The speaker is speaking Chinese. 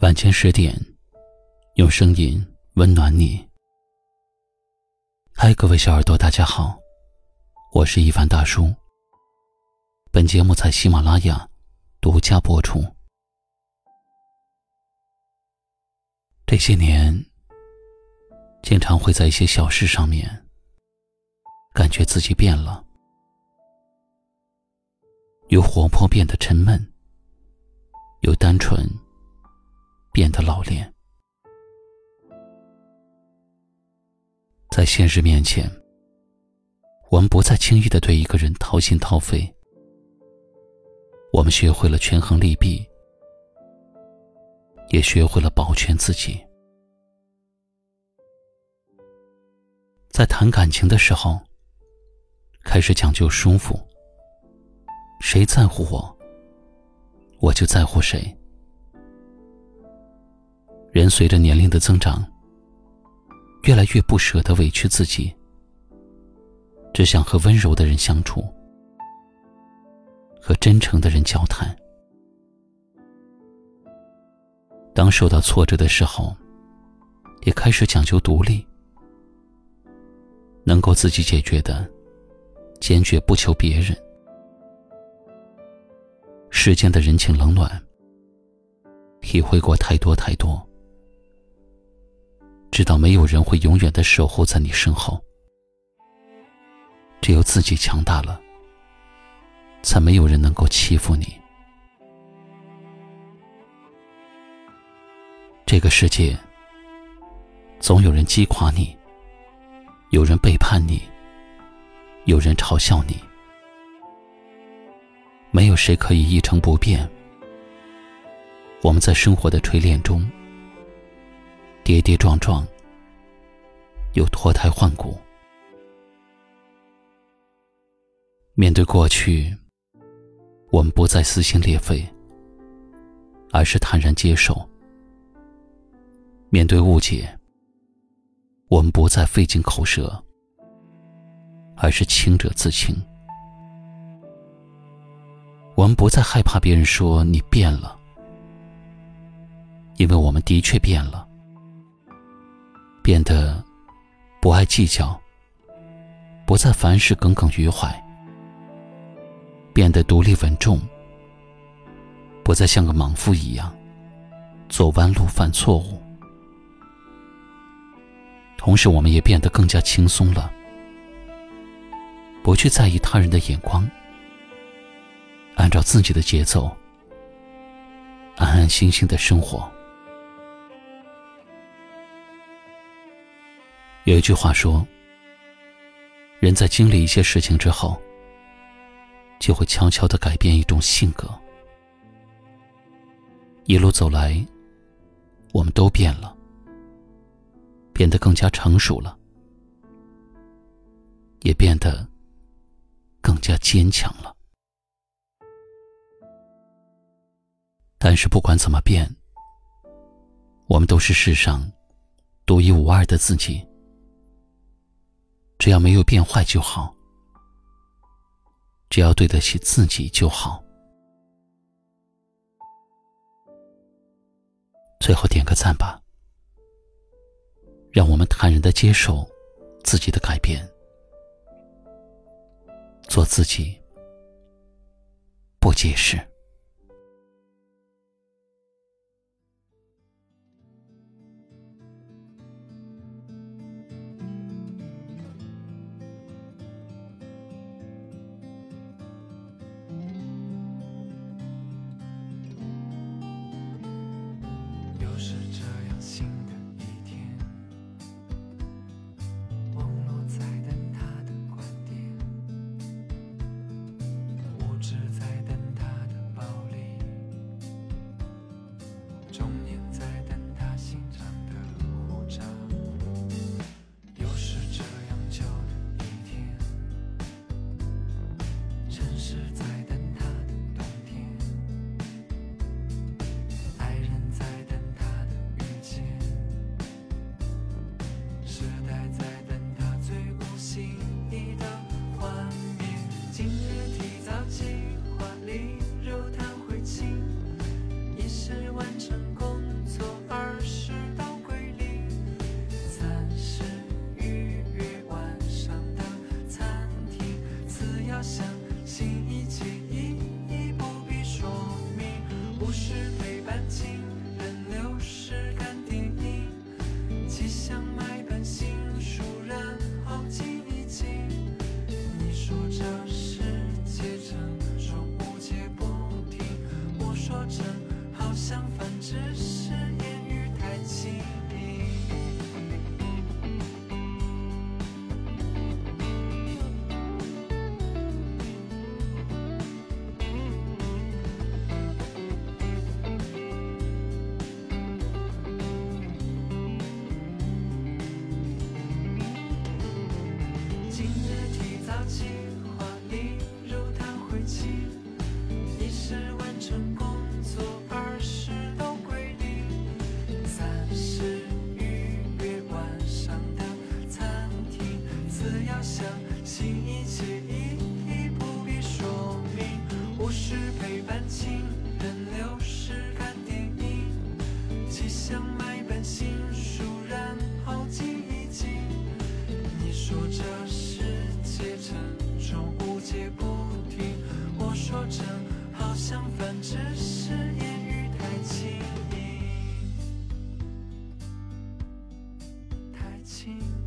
晚间10点，用声音温暖你。嗨，各位小耳朵，大家好，我是一凡大叔。本节目在喜马拉雅独家播出。这些年，经常会在一些小事上面感觉自己变了，由活泼变得沉闷，由单纯变得老练。在现实面前，我们不再轻易地对一个人掏心掏肺，我们学会了权衡利弊，也学会了保全自己。在谈感情的时候，开始讲究舒服，谁在乎我，我就在乎谁。人随着年龄的增长，越来越不舍得委屈自己，只想和温柔的人相处，和真诚的人交谈。当受到挫折的时候，也开始讲究独立，能够自己解决的，坚决不求别人。世间的人情冷暖，体会过太多太多，知道没有人会永远地守候在你身后，只有自己强大了，才没有人能够欺负你。这个世界，总有人击垮你，有人背叛你，有人嘲笑你，没有谁可以一成不变。我们在生活的锤炼中，跌跌撞撞，又脱胎换骨。面对过去，我们不再撕心裂肺，而是坦然接受。面对误解，我们不再费尽口舌，而是清者自清。我们不再害怕别人说你变了，因为我们的确变了，变得不爱计较，不再凡事耿耿于怀，变得独立稳重，不再像个莽夫一样走弯路犯错误。同时我们也变得更加轻松了，不去在意他人的眼光，按照自己的节奏安安心心的生活。有一句话说，人在经历一些事情之后，就会悄悄地改变一种性格。一路走来，我们都变了，变得更加成熟了，也变得更加坚强了。但是不管怎么变，我们都是世上独一无二的自己，只要没有变坏就好，只要对得起自己就好。最后点个赞吧，让我们坦然地接受自己的改变，做自己，不解释。 又是这样新的一天，网络在等他的观点，物质在等他的只是言语太轻易。今日提早计划，一如他会期，1时完成工作，2时都归零，3时预约晚上的餐厅，4要相信一切意义不必说明，5时陪伴情人，6时看电影，7想买本新书，然后记一记。你说这世界沉重无解不停，我说正好相反，只是言语太轻易，太轻易。